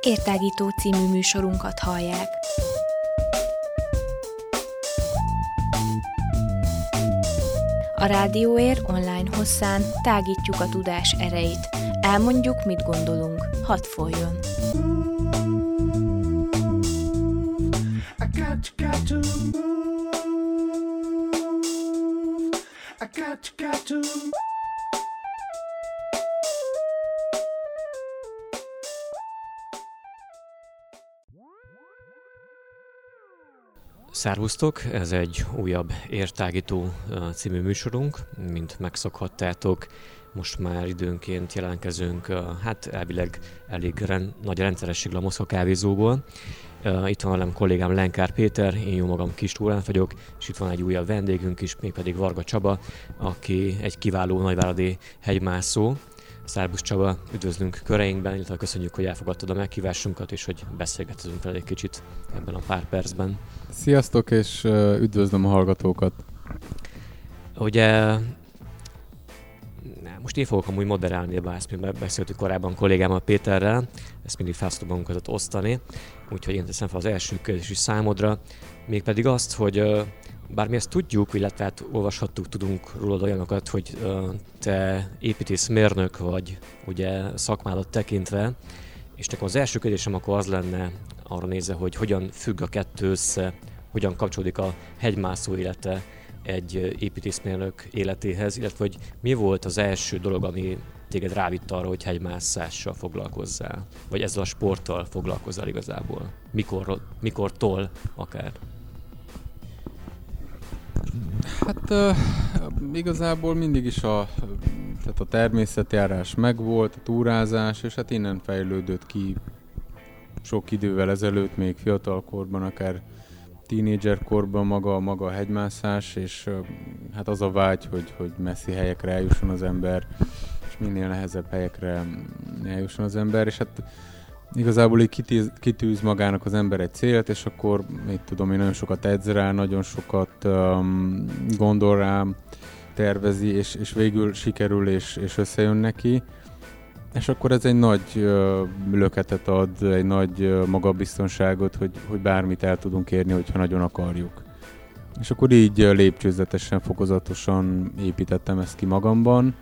Értágító című műsorunkat hallják. A Rádióér online hosszán tágítjuk a tudás erejét. Elmondjuk, mit gondolunk. Hadd folyjon! Szervusztok! Ez egy újabb Értágító című műsorunk, mint megszokhattátok. Most már időnként jelentkezünk, elvileg elég nagy rendszerességgel a Moszkva kávézóból. Itt van velem kollégám Lenkár Péter, én jó magam Kis Túrán vagyok, és itt van egy újabb vendégünk is, mégpedig Varga Csaba, aki egy kiváló nagyváradi hegymászó. Szervusz Csaba, üdvözlünk köreinkben, illetve köszönjük, hogy elfogadtad a meghívásunkat, és hogy beszélgetünk vele egy kicsit ebben a pár percben. Sziasztok, és üdvözlöm a hallgatókat! Ugye, most én fogok amúgy moderálni, bár ezt még beszéltük korábban kollégámmal Péterrel, ezt mindig fel magunkat osztani, úgyhogy én teszem fel az első kérdési számodra, mégpedig azt, hogy bár mi ezt tudjuk, illetve olvashattuk, tudunk rólad olyanokat, hogy te építészmérnök vagy, ugye szakmádat tekintve, és nekem az első kérdésem akkor az lenne arra nézve, hogy hogyan függ a kettő össze, hogyan kapcsolódik a hegymászó élete egy építészmérnök életéhez, illetve hogy mi volt az első dolog, ami téged rávitt arra, hogy hegymászással foglalkozzál, vagy ezzel a sporttal foglalkozzál igazából. Mikortól akár? Hát igazából mindig is tehát a természetjárás megvolt, a túrázás, és hát innen fejlődött ki sok idővel ezelőtt, még fiatalkorban, akár tínédzserkorban maga a hegymászás, és hát az a vágy, hogy messzi helyekre eljusson az ember, és minél nehezebb helyekre eljusson az ember, és hát igazából így kitűz magának az ember egy célt, és akkor mit tudom én, nagyon sokat edz rá, nagyon sokat gondol rá, tervezi, és végül sikerül, és összejön neki. És akkor ez egy nagy löketet ad, egy nagy magabiztonságot, hogy bármit el tudunk érni, hogyha nagyon akarjuk. És akkor így lépcsőzetesen, fokozatosan építettem ezt ki magamban,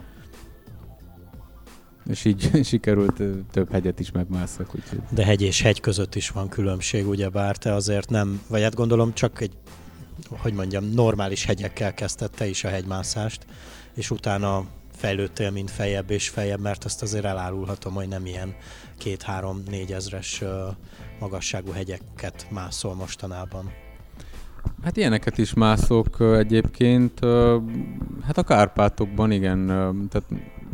és így sikerült több hegyet is megmászak. Úgyhogy. De hegy és hegy között is van különbség, ugyebár te azért nem, vagy hát gondolom csak egy, normális hegyekkel kezdted te is a hegymászást, és utána fejlődtél mind feljebb és feljebb, mert azt azért elárulhatom, hogy nem ilyen 2-3-4 ezres magasságú hegyeket mászol mostanában. Hát ilyeneket is mászok egyébként, hát a Kárpátokban igen, tehát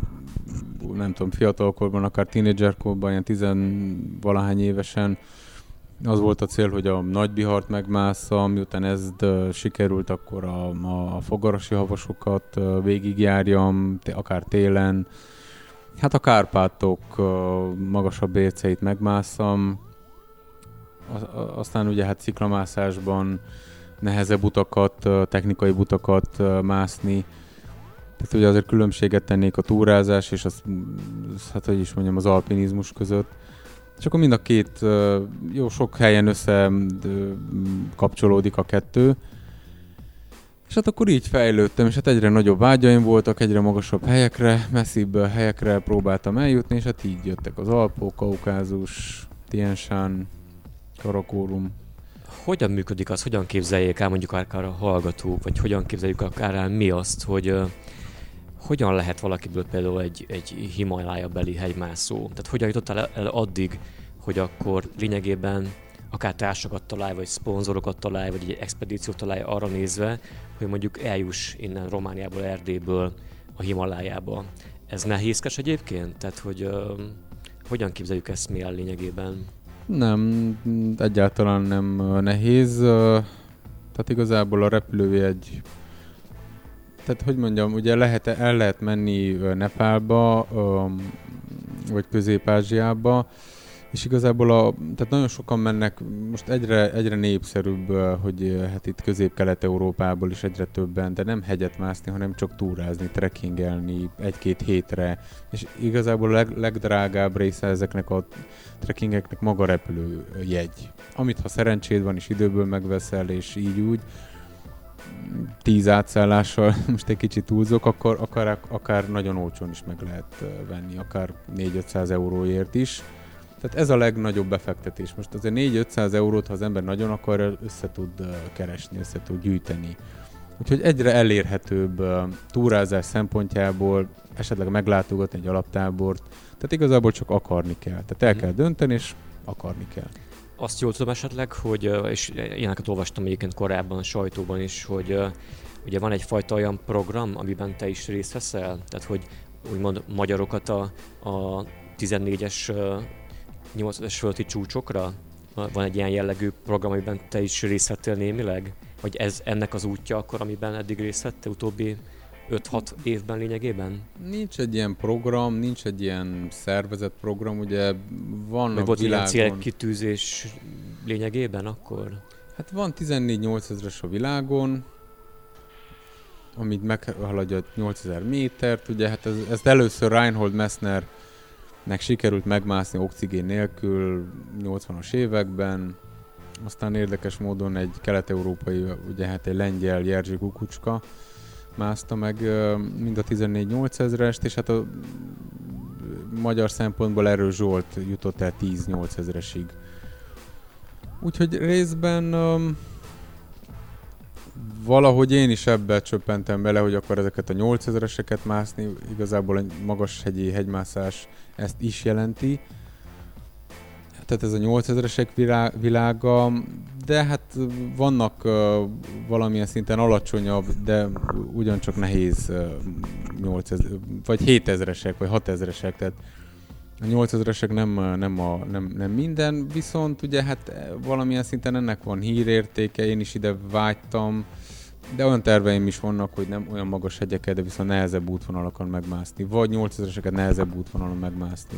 nem tudom, fiatalkorban, akár tínédzserkorban, ilyen 10-valahány évesen az volt a cél, hogy a Nagybihart megmásszam, miután ez sikerült, akkor a fogarasi havasokat végigjárjam, akár télen. Hát a Kárpátok magasabb érceit megmásszam, aztán ugye hát sziklamászásban nehezebb utakat, technikai utakat mászni. Tehát ugye azért különbséget tennék a túrázás és az alpinizmus között. És akkor mind a két, jó sok helyen össze kapcsolódik a kettő. És hát akkor így fejlődtem, és hát egyre nagyobb vágyaim voltak, egyre magasabb helyekre, messzibb helyekre próbáltam eljutni, és hát így jöttek az Alpok, Kaukázus, Tien Shan, Karakorum. Hogyan működik az, hogyan képzeljék el mondjuk akár a hallgatók, vagy hogyan képzeljük akár el mi azt, hogy hogyan lehet valakiből például egy Himalája beli hegymászó? Tehát hogyan jutottál el addig, hogy akkor lényegében akár társakat találj, vagy szponzorokat találj, vagy egy expedíciót találj arra nézve, hogy mondjuk eljuss innen Romániából, Erdélyből a Himalájába. Ez nehézkes egyébként? Tehát, hogy hogyan képzeljük ezt mi el lényegében? Nem, egyáltalán nem nehéz. Tehát igazából a repülőjegy, tehát hogy mondjam, ugye el lehet menni Nepálba, vagy Közép-Ázsiába, És igazából tehát nagyon sokan mennek, most egyre népszerűbb, hogy hát itt Közép-Kelet-Európából is egyre többen, de nem hegyet mászni, hanem csak túrázni, trekkingelni 1-2 hétre. És igazából a legdrágább része ezeknek a trekkingeknek maga repülőjegy. Amit ha szerencséd van és időből megveszel, és így úgy, 10 átszállással, most egy kicsit túlzok, akkor akár nagyon olcsón is meg lehet venni, akár 400-500 euróért is. Tehát ez a legnagyobb befektetés. Most azért 400-500 eurót, ha az ember nagyon akar, össze tud keresni, össze tud gyűjteni. Úgyhogy egyre elérhetőbb túrázás szempontjából, esetleg meglátogatni egy alaptábort. Tehát igazából csak akarni kell. Tehát el kell dönteni, és akarni kell. Azt jól tudom esetleg, hogy, és ilyeneket olvastam egyébként korábban a sajtóban is, hogy ugye van egyfajta olyan program, amiben te is részt veszel, tehát hogy úgymond magyarokat a 14-es 8-es fölötti csúcsokra? Van egy ilyen jellegű program, amiben te is részt vettél némileg? Vagy ez ennek az útja akkor, amiben eddig részt vettél utóbbi 5-6 évben lényegében? Nincs egy ilyen program, nincs egy ilyen szervezett program, ugye van meg a volt világon... ilyen célkitűzés lényegében akkor? Hát van 14-8000-es a világon, amit meghaladja 8000 métert, ugye hát ezt először Reinhold Messnernek sikerült megmászni oxigén nélkül 80-as években, aztán érdekes módon egy kelet-európai, ugye hát egy lengyel Jerzy Kukucska mászta meg mind a 14-8000-est, és hát a magyar szempontból Erős Zsolt jutott el 10-8000-esig. Úgyhogy részben valahogy én is ebbe csöppentem bele, hogy akkor ezeket a 8000-eseket mászni, igazából a magashegyi hegymászás ezt is jelenti. Tehát ez a 8000-esek világa, de hát vannak valamilyen szinten alacsonyabb, de ugyancsak nehéz 8000, vagy 7000-esek, vagy 6000-esek, tehát a 8000-esek nem minden, viszont ugye hát valamilyen szinten ennek van hírértéke, én is ide vágytam, de olyan terveim is vannak, hogy nem olyan magas hegyeket, de viszont nehezebb útvonalakon megmászni, vagy 8000-eseket nehezebb útvonalon megmászni.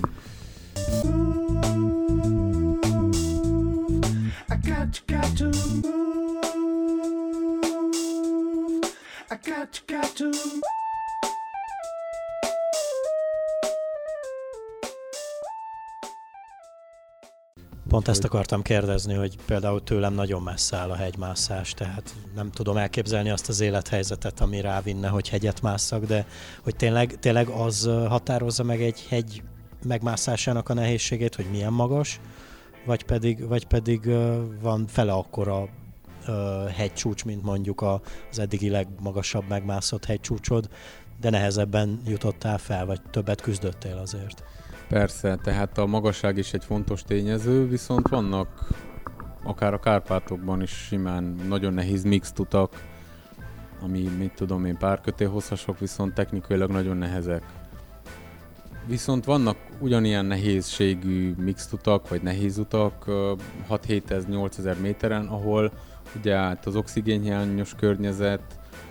Pont ezt akartam kérdezni, hogy például tőlem nagyon messze áll a hegymászás, tehát nem tudom elképzelni azt az élethelyzetet, ami rávinne, hogy hegyet másszak, de hogy tényleg az határozza meg egy hegy megmászásának a nehézségét, hogy milyen magas, vagy pedig van fele akkora hegycsúcs, mint mondjuk az eddigi legmagasabb megmászott hegycsúcsod, de nehezebben jutottál fel, vagy többet küzdöttél azért. Persze, tehát a magasság is egy fontos tényező, viszont vannak akár a Kárpátokban is simán nagyon nehéz mixed utak, ami, mit tudom én, párkötélhosszasok, viszont technikailag nagyon nehezek. Viszont vannak ugyanilyen nehézségű mixed utak, vagy nehéz utak 6-7-8 méteren, ahol ugye hát az oxigénhiányos környezet,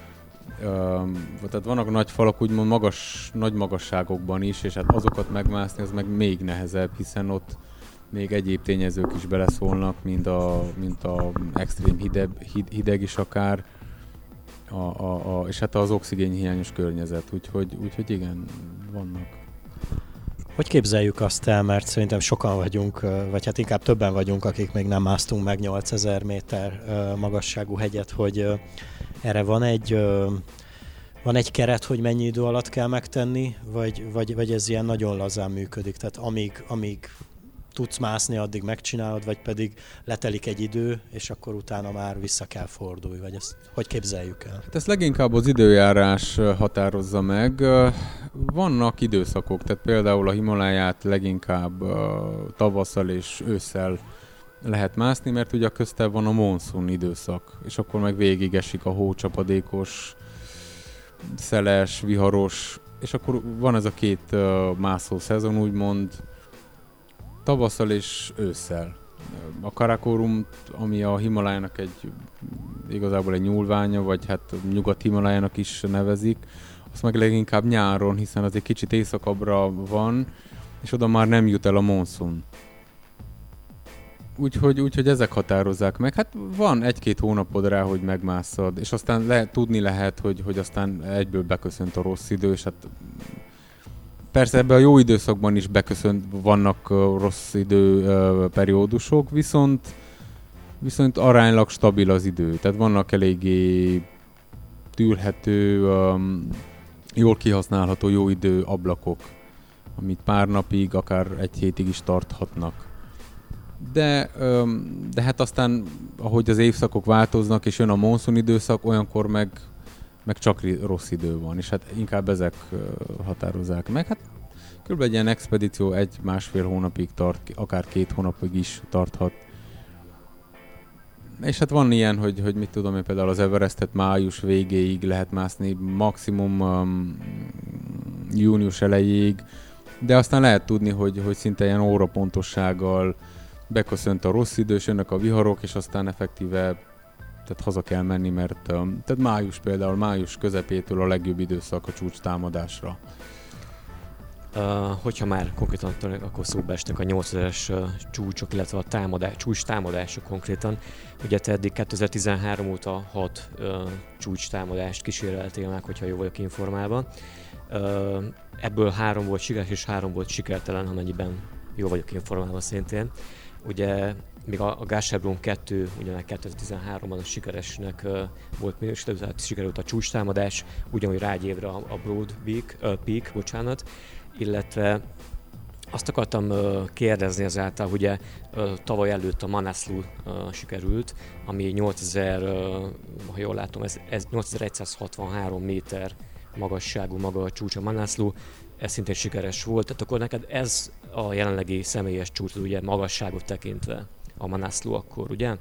tehát vannak nagy falak, úgymond nagy magasságokban is, és hát azokat megmászni, az meg még nehezebb, hiszen ott még egyéb tényezők is beleszólnak, mint a extrém hideg is akár, és hát az oxigénhiányos környezet, úgyhogy igen, vannak. Hogy képzeljük azt el, mert szerintem sokan vagyunk, vagy hát inkább többen vagyunk, akik még nem másztunk meg 8000 méter magasságú hegyet, hogy erre van egy keret, hogy mennyi idő alatt kell megtenni, vagy ez ilyen nagyon lazán működik? Tehát amíg tudsz mászni, addig megcsinálod, vagy pedig letelik egy idő, és akkor utána már vissza kell fordulni, vagy ezt hogy képzeljük el? Hát ezt leginkább az időjárás határozza meg. Vannak időszakok, tehát például a Himaláját leginkább tavasszal és ősszel lehet mászni, mert ugye közte van a monszun időszak, és akkor meg végig esik a hócsapadékos, szeles, viharos, és akkor van ez a két mászó szezon, úgymond tavasszal és ősszel. A Karakorum, ami a Himalájának igazából egy nyúlványa, vagy hát Nyugat-Himalájának is nevezik, azt meg leginkább nyáron, hiszen az egy kicsit északabbra van, és oda már nem jut el a monszun. Úgyhogy ezek határozzák meg. Hát van 1-2 hónapod rá, hogy megmásszad, és aztán tudni lehet, hogy aztán egyből beköszönt a rossz idő, és hát persze ebben a jó időszakban is vannak rossz idő periódusok, viszont aránylag stabil az idő. Tehát vannak eléggé tűrhető, jól kihasználható jó idő ablakok, amit pár napig, akár 1 hétig is tarthatnak. De hát aztán, ahogy az évszakok változnak, és jön a monszun időszak, olyankor meg csak rossz idő van, és hát inkább ezek határozzák meg. Hát kb. Egy ilyen expedíció 1-1,5 hónapig tart, akár 2 hónapig is tarthat. És hát van ilyen, hogy mit tudom én, például az Everestet május végéig lehet mászni, maximum június elejéig, de aztán lehet tudni, hogy szinte ilyen órapontossággal beköszönt a rossz idő, és jönnek a viharok, és aztán effektíve tehát haza kell menni, mert tehát május közepétől a legjobb időszak a csúcs támadásra. Hogyha már konkrétan akkor szóba estek a 8000-es csúcsok, illetve a csúcs támadások konkrétan. Ugye te eddig 2013 óta 6 csúcs támadást kíséreltél meg, hogyha jól vagyok informálva. Ebből 3 volt sikeres és 3 volt sikertelen, amennyiben jól vagyok informálva szintén. Ugye még a Gasherbrum 2, ugyanek 2013-ban a sikeresnek volt minősítve, tehát sikerült a csúcs támadás, ugyanúgy rá egy évre a Broad Peak, illetve azt akartam kérdezni ezáltal, ugye tavaly előtt a Manaslu sikerült, ami 8000, ha jól látom, ez 8163 méter magasságú maga a csúcs a Manaslu, ez szintén sikeres volt, tehát akkor neked ez a jelenlegi személyes csúcs, ugye magasságot tekintve a Manaslu akkor, ugye?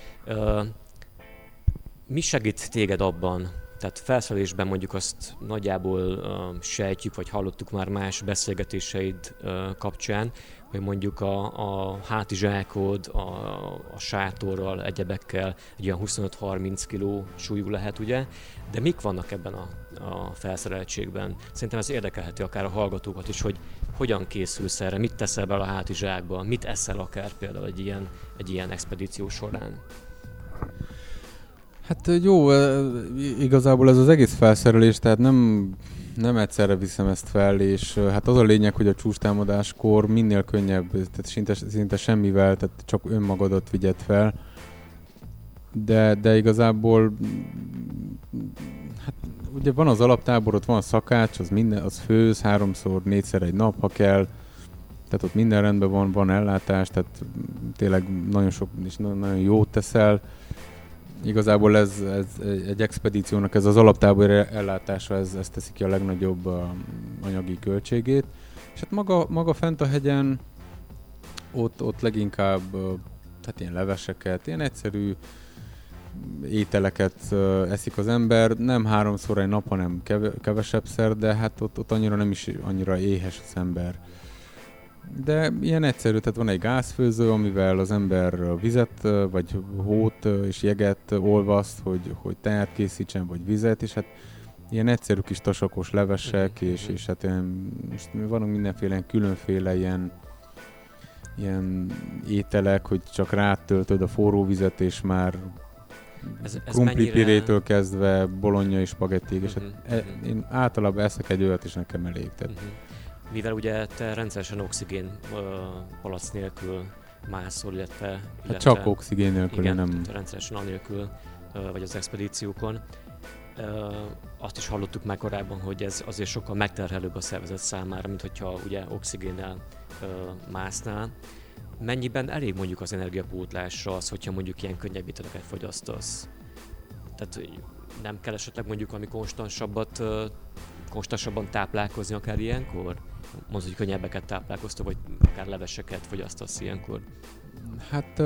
Mi segít téged abban, tehát felszerelésben mondjuk azt nagyjából sejtjük, vagy hallottuk már más beszélgetéseid kapcsán, hogy mondjuk a hátizsákod, a sátorral, egyebekkel egy olyan 25-30 kg súlyú lehet, ugye? De mik vannak ebben a felszereltségben? Szerintem ez érdekelheti akár a hallgatókat is, hogy hogyan készülsz erre, mit teszel bele a hátizsákba, mit eszel akár például egy ilyen expedíció során? Hát jó, igazából ez az egész felszerelés, tehát nem egyszerre viszem ezt fel, és hát az a lényeg, hogy a csúcstámadáskor minél könnyebb, tehát szinte semmivel, tehát csak önmagadat vigyed fel, de igazából hát ugye van az alaptábor, ott van a szakács, az főz 3-4-szer egy nap, ha kell, tehát ott minden rendben van ellátás, tehát tényleg nagyon sok és nagyon jót teszel. Igazából ez egy expedíciónak ez az alaptábor ellátása, ez teszi ki a legnagyobb anyagi költségét. És hát maga fent a hegyen, ott leginkább tehát ilyen leveseket, ilyen egyszerű ételeket eszik az ember, nem 3-szor egy nap, hanem kevesebbszer, de hát ott annyira nem is annyira éhes az ember. De ilyen egyszerű, tehát van egy gázfőző, amivel az ember vizet, vagy hót és jeget olvaszt, hogy teát készítsen, vagy vizet, és hát ilyen egyszerű kis tasakos levesek, és hát most vannak mindenféle különféle ilyen ételek, hogy csak rátöltöd a forró vizet, és már krumplipirétől kezdve bologna és spagettig, és hát én általában eszek egy olyat, és nekem elég. Tehát. Mivel ugye te rendszeresen oxigén palac nélkül mászol, illetve csak oxigén nélkül, igen, nem. Rendszeresen anélkül vagy az expedíciókon. Azt is hallottuk már korábban, hogy ez azért sokkal megterhelőbb a szervezet számára, mint hogyha ugye oxigénnel másznál. Mennyiben elég mondjuk az energiapótlásra az, hogyha mondjuk ilyen könnyebb ételeket fogyasztasz? Tehát nem kell esetleg mondjuk valami konstansabban táplálkozni akár ilyenkor? Mondod, hogy könnyebbeket táplálkoztok, vagy akár leveseket fogyasztasz ilyenkor? Hát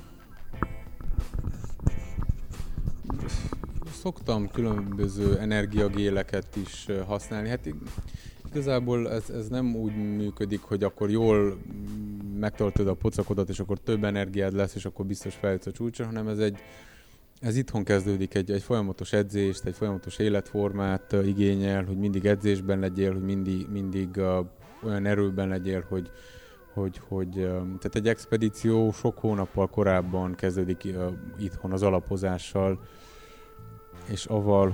szoktam különböző energiagéleket is használni. Hát igazából ez nem úgy működik, hogy akkor jól megtöltöd a pocakodat, és akkor több energiád lesz, és akkor biztos feljutsz a csúcsra, hanem ez itthon kezdődik, egy folyamatos edzést, egy folyamatos életformát igényel, hogy mindig edzésben legyél, hogy mindig olyan erőben legyél, hogy tehát egy expedíció sok hónappal korábban kezdődik itthon az alapozással, és avval,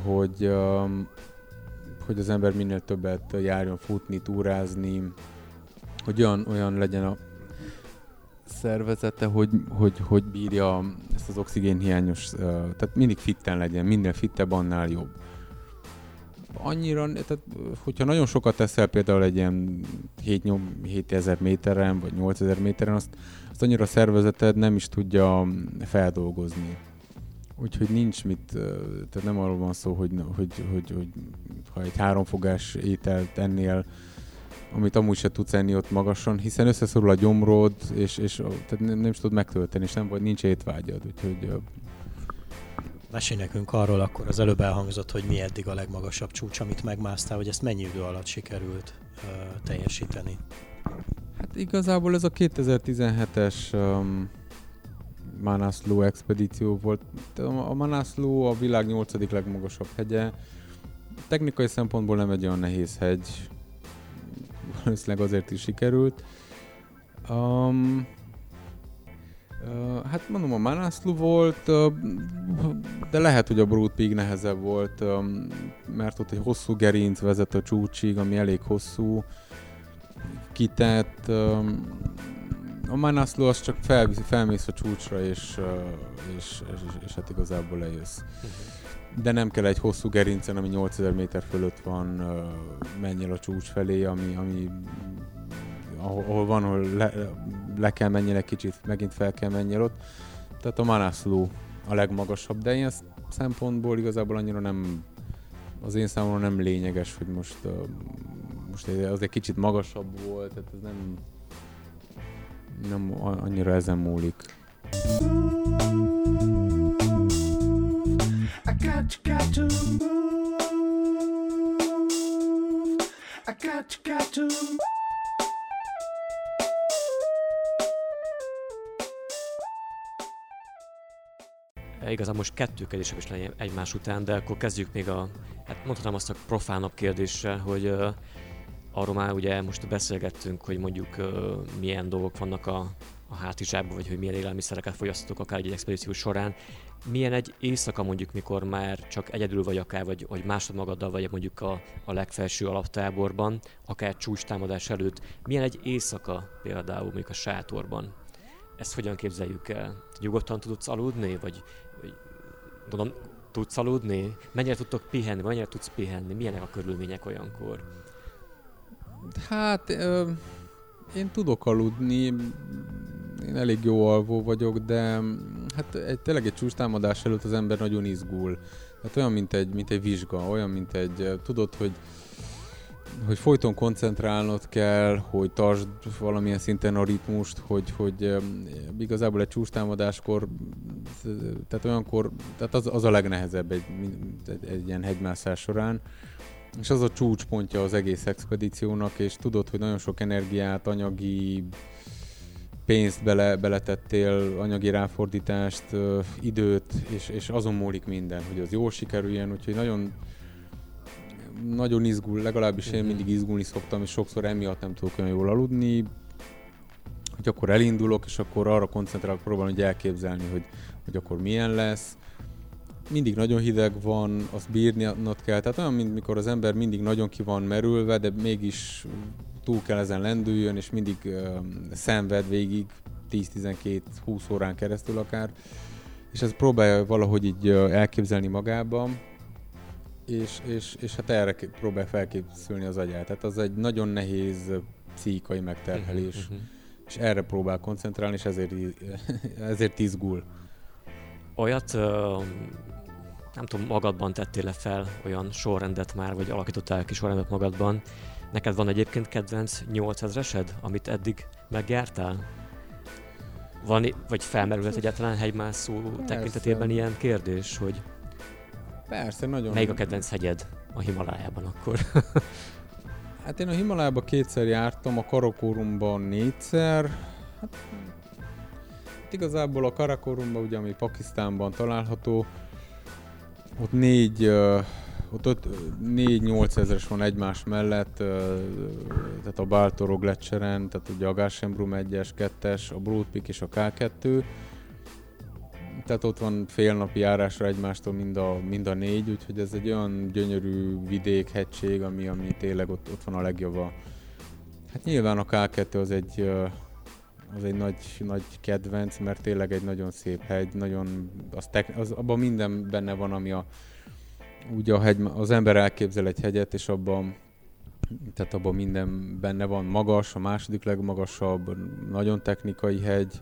hogy az ember minél többet járjon futni, túrázni, hogy olyan legyen a szervezete, hogy bírja ezt az oxigénhiányos, tehát mindig fitten legyen, minden fittebb, annál jobb. Annyira, tehát hogyha nagyon sokat teszel például egy ilyen 7000 méteren, vagy 8000 méteren, azt annyira a szervezeted nem is tudja feldolgozni. Úgyhogy nincs mit, tehát nem arról van szó, hogy ha egy 3 fogás ételt ennél, amit amúgy se tudsz enni ott magasan, hiszen összeszorul a gyomrod, és tehát nem is tudod megtölteni, és nincs étvágyad, úgyhogy... Mesélj nekünk arról, akkor az előbb elhangzott, hogy mi eddig a legmagasabb csúcs, amit megmásztál, hogy ezt mennyi idő alatt sikerült teljesíteni? Hát igazából ez a 2017-es Manaslu expedíció volt. A Manaslu a világ 8. legmagasabb hegye. Technikai szempontból nem egy olyan nehéz hegy. Valószínűleg azért is sikerült. Hát mondom, a Manaslu volt, de lehet, hogy a Broad Peak nehezebb volt, mert ott egy hosszú gerinc vezet a csúcsig, ami elég hosszú, kitett. A Manaslu az csak felmész a csúcsra, és hát igazából lejössz. De nem kell egy hosszú gerincen, ami 8000 méter fölött van, menj el a csúcs felé, ami ahol van, ahol le kell menjél egy kicsit, megint fel kell menjél ott. Tehát a Manaslu a legmagasabb, de ilyen szempontból igazából annyira nem, az én számomra nem lényeges, hogy most az egy kicsit magasabb volt, tehát ez nem annyira ezen múlik. Igazán most 2 kérdésem is legyen egymás után, de akkor kezdjük még hát mondhatnám azt a profánabb kérdéssel, hogy arról már ugye most beszélgettünk, hogy mondjuk milyen dolgok vannak a hátizsákban, vagy hogy milyen élelmiszereket fogyasztatok akár egy expedíció során. Milyen egy éjszaka mondjuk, mikor már csak egyedül vagy akár, vagy másod magaddal vagy mondjuk a legfelső alaptáborban, akár csúcstámadás előtt, milyen egy éjszaka például mondjuk a sátorban? Ezt hogyan képzeljük el? Nyugodtan tudsz aludni? Vagy mondom, tudsz aludni? Mennyire tudtok pihenni? Mennyire tudsz pihenni? Milyenek a körülmények olyankor? Hát én tudok aludni, én elég jó alvó vagyok, de hát tényleg egy csúcstámadás előtt az ember nagyon izgul. Hát olyan, mint egy vizsga, olyan, mint tudod, hogy folyton koncentrálnod kell, hogy tartsd valamilyen szinten a ritmust, hogy igazából egy csúcstámadáskor, tehát olyankor, tehát az a legnehezebb egy ilyen hegymászás során, és az a csúcspontja az egész expedíciónak, és tudod, hogy nagyon sok energiát, anyagi pénzt beletettél, anyagi ráfordítást, időt, és azon múlik minden, hogy az jól sikerüljen, úgyhogy nagyon izgul, legalábbis én mindig izgulni szoktam, és sokszor emiatt nem tudok olyan jól aludni, hogy akkor elindulok, és akkor arra koncentrálok, próbálom, hogy elképzelni, hogy akkor milyen lesz. Mindig nagyon hideg van, azt bírnod kell, tehát olyan, mint mikor az ember mindig nagyon ki van merülve, de mégis túl kell ezen lendüljön, és mindig szenved végig 10-12-20 órán keresztül akár, és ezt próbálja valahogy így elképzelni magában, és hát erre próbál felkészülni az agyát. Tehát az egy nagyon nehéz pszichikai megterhelés, és erre próbál koncentrálni, és ezért izgul. Olyat, nem tudom, magadban tettél fel olyan sorrendet már, vagy alakítottál kis sorrendet magadban. Neked van egyébként kedvenc 8000-esed, amit eddig megjártál? Van, vagy felmerülhet egyáltalán hegymászó tekintetében ilyen kérdés, hogy persze, nagyon. Melyik a kedvenc hegyed a Himalájában akkor? Hát én a Himalájában 2-szer jártam, a Karakorumban 4-szer. Hát igazából a Karakorumban, ugye, ami Pakisztánban található, ott 4 ott 4-8 ezeres van egymás mellett, tehát a Baltoro Gletscheren, tehát ugye a Garsenbrum 1-es, 2-es, a Broad Peak és a K2. Tehát ott van félnapi járásra egymástól mind a 4, úgyhogy ez egy olyan gyönyörű vidék, hegység, ami tényleg ott van a legjobb. Hát nyilván a K2 az egy nagy kedvenc, mert tényleg egy nagyon szép hegy, abban minden benne van, ami úgy az ember elképzel egy hegyet, és abban minden benne van. Magas, a második legmagasabb, nagyon technikai hegy,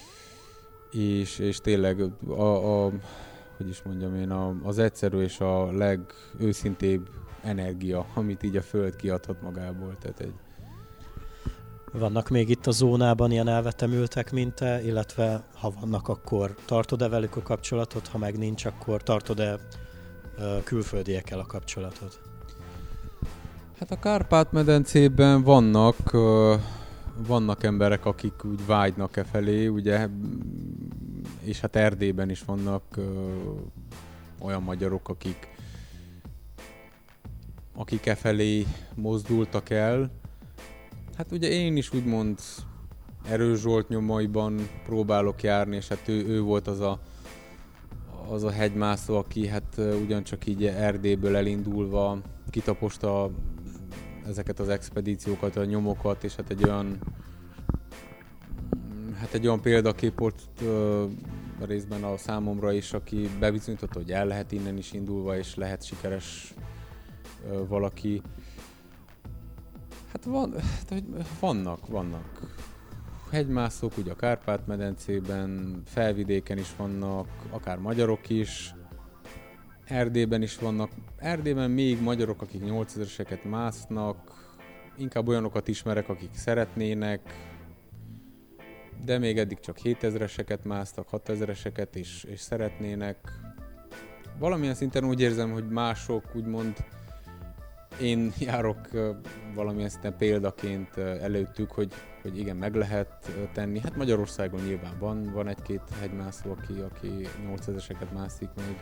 és tényleg hogy is mondjam én, az egyszerű és a legőszintébb energia, amit így a Föld kiadhat magából. Tehát Vannak még itt a zónában ilyen elvetemültek, mint te, illetve ha vannak, akkor tartod-e velük a kapcsolatot, ha meg nincs, akkor tartod-e külföldiekkel a kapcsolatot? Hát a Kárpát-medencében vannak emberek, akik úgy vágynak e felé, ugye, és hát Erdélyben is vannak olyan magyarok, akik e felé mozdultak el. Hát ugye én is úgymond Erős Zsolt nyomaiban próbálok járni, és hát ő volt az a hegymászó, aki hát ugyancsak így Erdélyből elindulva kitaposta ezeket az expedíciókat, a nyomokat, és hát egy olyan példakép volt részben a számomra is, aki bebizonyította, hogy el lehet innen is indulva, és lehet sikeres valaki. Hát vannak hegymászók, ugye a Kárpát-medencében, felvidéken is vannak, akár magyarok is, Erdélyben is vannak. Erdélyben még magyarok, akik 8000-eseket másznak, inkább olyanokat ismerek, akik szeretnének, de még eddig csak 7000-eseket másztak, 6000-eseket és szeretnének. Valamilyen szinten úgy érzem, hogy mások úgymond, én járok valamilyen szinten példaként előttük, hogy igen, meg lehet tenni. Hát Magyarországon nyilván van egy-két hegymászó, aki 8000-eseket mászik még.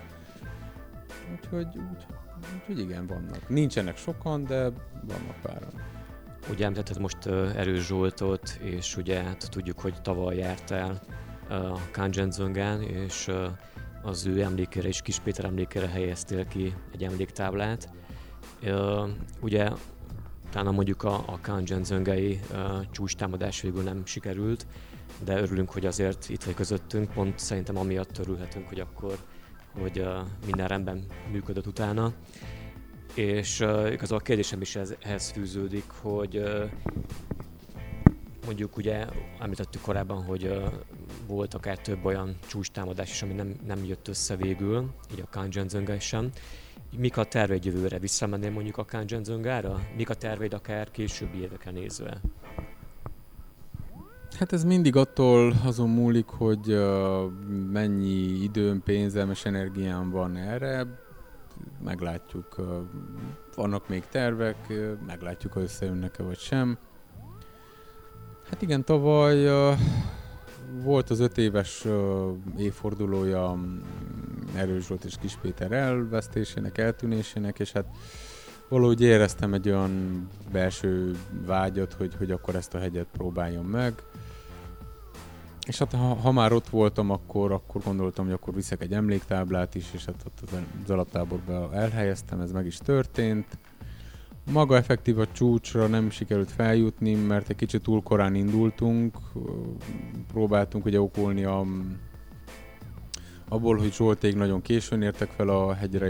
Úgyhogy igen, vannak. Nincsenek sokan, de vannak páran. Ugye említetted most Erős Zsoltot, és ugye hát tudjuk, hogy tavaly jártál a Kánzsenzöngán, és az ő emlékére és Kis Péter emlékére helyeztél ki egy emléktáblát. Ugye talán mondjuk a Kánzsenzöngei csúcstámadás végül nem sikerült, de örülünk, hogy azért itt vagy közöttünk, pont szerintem amiatt örülhetünk, hogy minden rendben működött utána. És igazából a kérdésem is ehhez fűződik, hogy mondjuk ugye említettük korábban, hogy volt akár több olyan csúcstámadás is, ami nem jött össze végül, így a Kánzsenzöngán sem. Mik a terveid jövőre? Visszamennél mondjuk a Kánzsenzöngára? Mik a terveid akár későbbi évekre nézve? Hát ez mindig azon múlik, hogy mennyi időm, pénzem és energiám van erre. Meglátjuk. Vannak még tervek, meglátjuk, ha összejönnek-e vagy sem. Hát igen, tavaly volt az 5 éves évfordulója Erős Zsolt és Kis Péter elvesztésének, eltűnésének, és hát valahogy éreztem egy olyan belső vágyat, hogy akkor ezt a hegyet próbáljam meg. És hát ha már ott voltam, akkor gondoltam, hogy akkor viszek egy emléktáblát is, és hát ott az alaptáborba elhelyeztem, ez meg is történt. Maga effektív a csúcsra nem sikerült feljutni, mert egy kicsit túl korán indultunk. Próbáltunk ugye okolni abból, hogy Zsolték nagyon későn értek fel a hegyre,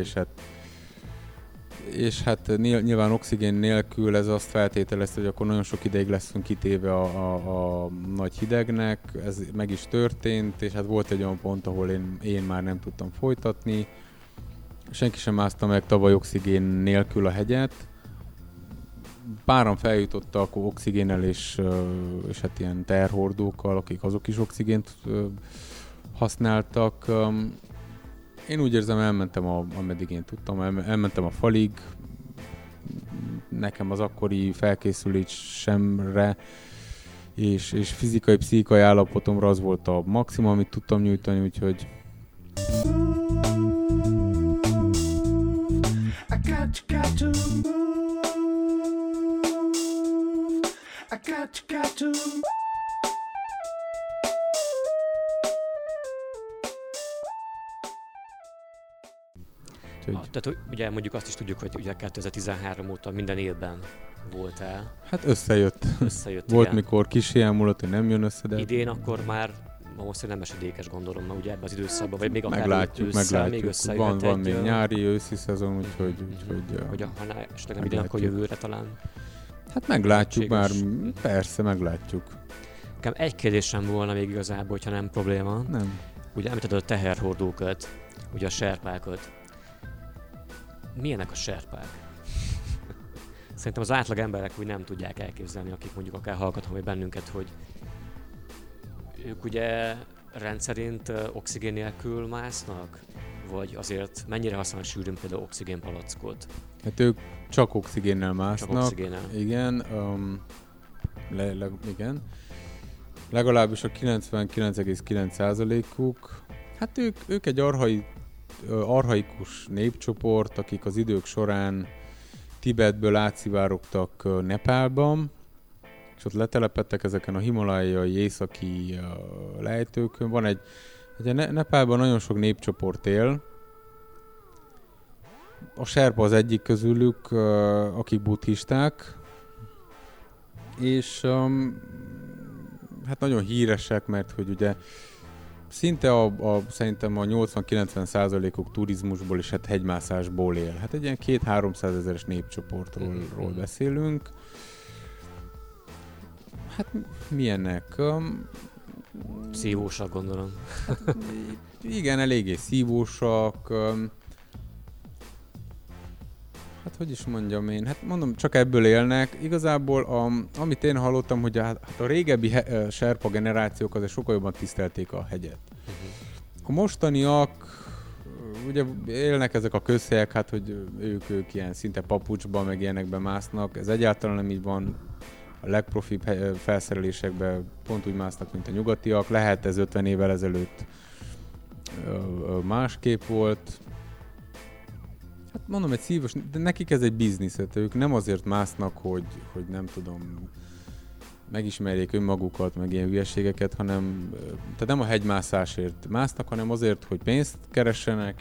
és hát nyilván oxigén nélkül ez azt feltételezte, hogy akkor nagyon sok ideig leszünk kitéve a nagy hidegnek. Ez meg is történt, és hát volt egy olyan pont, ahol én már nem tudtam folytatni. Senki sem mászta meg tavaly oxigén nélkül a hegyet. Páran feljutottak oxigénnel és hát ilyen terhordókkal, akik azok is oxigént használtak. Én úgy érzem, elmentem ameddig én tudtam, elmentem a falig. Nekem az akkori felkészülésemre és fizikai, pszichikai állapotomra az volt a maximum, amit tudtam nyújtani, úgyhogy... Tehát ugye mondjuk azt is tudjuk, hogy ugye 2013 óta minden évben voltál. Hát összejött. Volt, igen. Mikor kisélyámulat, hogy nem jön össze, de... Idén akkor már most nem esedékes, gondolom, mert ugye ebben az időszakban, vagy még akár meglátjuk. Még összejöhet van még nyári, őszi szezon, úgyhogy... Hogy ha esetleg nem idén, akkor jövőre talán... Hát meglátjuk már, persze meglátjuk. Nekem egy kérdésem volna még igazából, hogyha nem probléma. Nem. Ugye említetted a teherhordókat, ugye a serpákat. Milyenek a serpák? Szerintem az átlag emberek úgy nem tudják elképzelni, akik mondjuk akár hallgatnak bennünket, hogy ők ugye rendszerint oxigén nélkül másznak? Vagy azért mennyire használnak sűrűn például oxigénpalackot? Hát ők csak oxigénnel másznak. Csak oxigénnel. Igen. Igen. Legalábbis a 99,9%-uk. Hát ők egy archaikus népcsoport, akik az idők során Tibetből átszivárogtak Nepálban, és ott letelepedtek ezeken a himalájai északi lejtőkön. Van ugye Nepálban nagyon sok népcsoport él. A serpa az egyik közülük, akik buddhisták, és hát nagyon híresek, mert hogy ugye szinte szerintem a 80-90%-uk turizmusból és hát hegymászásból él. Hát egy ilyen 200-300 ezeres népcsoportról beszélünk. Hát milyenek? Szívósak, gondolom. Igen, eléggé szívósak. Hát hogy is mondjam én? Hát mondom, csak ebből élnek. Igazából amit én hallottam, hogy a régebbi serpa generációk azért sokkal jobban tisztelték a hegyet. A mostaniak ugye élnek ezek a közhelyek, hát hogy ők ilyen szinte papucsban, meg ilyenekben másznak. Ez egyáltalán nem így van. A legprofibb felszerelésekben pont úgy másznak, mint a nyugatiak. Lehet ez 50 évvel ezelőtt másképp volt. Hát mondom, egy szívos, de nekik ez egy biznisz, ők nem azért másznak, hogy nem tudom, megismerjék önmagukat, meg ilyen hülyeségeket, hanem tehát nem a hegymászásért másznak, hanem azért, hogy pénzt keressenek,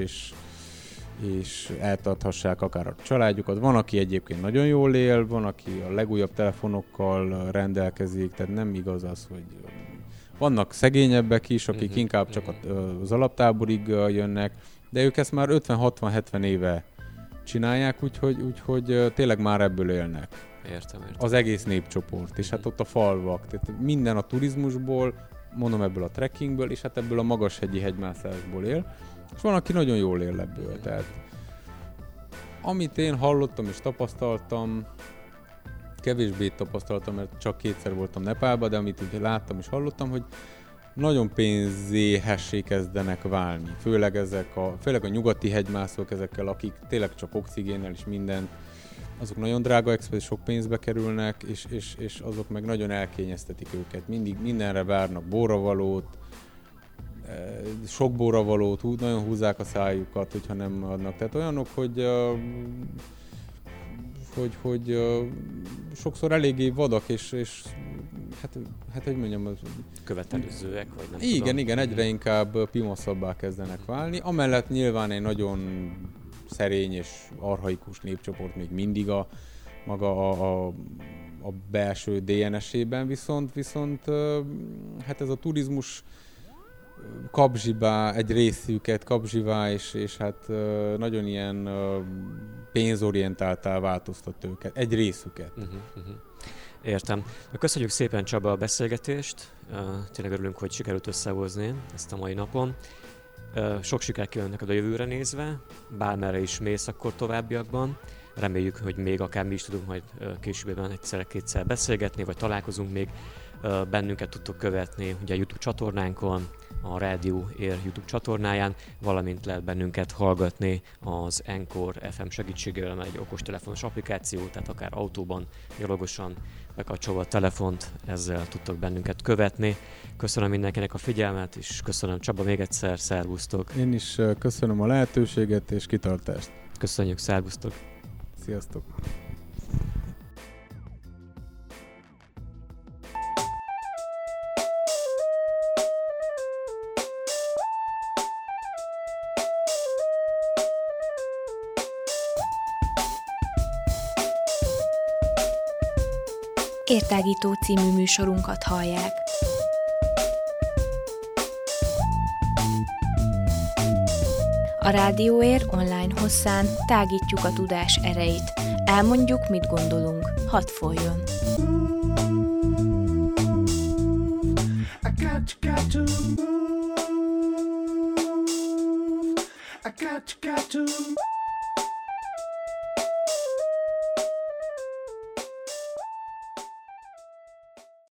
és eltarthassák akár a családjukat. Van, aki egyébként nagyon jól él, van, aki a legújabb telefonokkal rendelkezik, tehát nem igaz az, hogy vannak szegényebbek is, akik inkább csak az alaptáborig jönnek, de ők ezt már 50-60-70 éve csinálják, úgyhogy tényleg már ebből élnek. Értem. Az egész népcsoport, és hát ott a falvak, tehát minden a turizmusból, mondom ebből a trekkingből, és hát ebből a magashegyi hegymászásból él, és van, aki nagyon jól él ebből, tehát amit én hallottam és tapasztaltam, kevésbé tapasztaltam, mert csak 2-szer voltam Nepálban, de amit ugye láttam és hallottam, hogy nagyon pénzéhessé kezdenek válni. Főleg a nyugati hegymászók ezekkel, akik tényleg csak oxigénnel és mindent, azok nagyon drága expert, sok pénzbe kerülnek, és azok meg nagyon elkényeztetik őket. Mindig mindenre várnak borravalót, sok borravalót, nagyon húzzák a szájukat, hogyha nem adnak. Tehát olyanok, hogy sokszor eléggé vadak, és hát hogy mondjam... Követelőzőek, vagy nem tudom. Igen, egyre inkább pimaszabbá kezdenek válni. Amellett nyilván egy nagyon szerény és archaikus népcsoport még mindig a belső DNS-ében, viszont hát ez a turizmus kapzsibá, egy részüket kapzsivá, és hát nagyon ilyen pénzorientáltá változtat őket, egy részüket. Értem. Köszönjük szépen, Csaba, a beszélgetést. Tényleg örülünk, hogy sikerült összehozni ezt a mai napon. Sok sikert kívánok neked a jövőre nézve, bármerre is mész akkor továbbiakban. Reméljük, hogy még akár mi is tudunk majd későbben egyszer-kétszer beszélgetni, vagy találkozunk még. Bennünket tudtok követni ugye a YouTube csatornánkon, a Radio Air YouTube csatornáján, valamint lehet bennünket hallgatni az Encore FM segítségével, egy okostelefonos applikáció, tehát akár autóban, gyalogosan bekapcsolva a telefont, ezzel tudtok bennünket követni. Köszönöm mindenkinek a figyelmet, és köszönöm, Csaba, még egyszer, szervusztok! Én is köszönöm a lehetőséget és kitartást. Köszönjük, szervusztok! Sziasztok! Értágító című műsorunkat hallják. A Rádióér online hosszán tágítjuk a tudás erejét. Elmondjuk, mit gondolunk. Hadd folyjon! Got to move.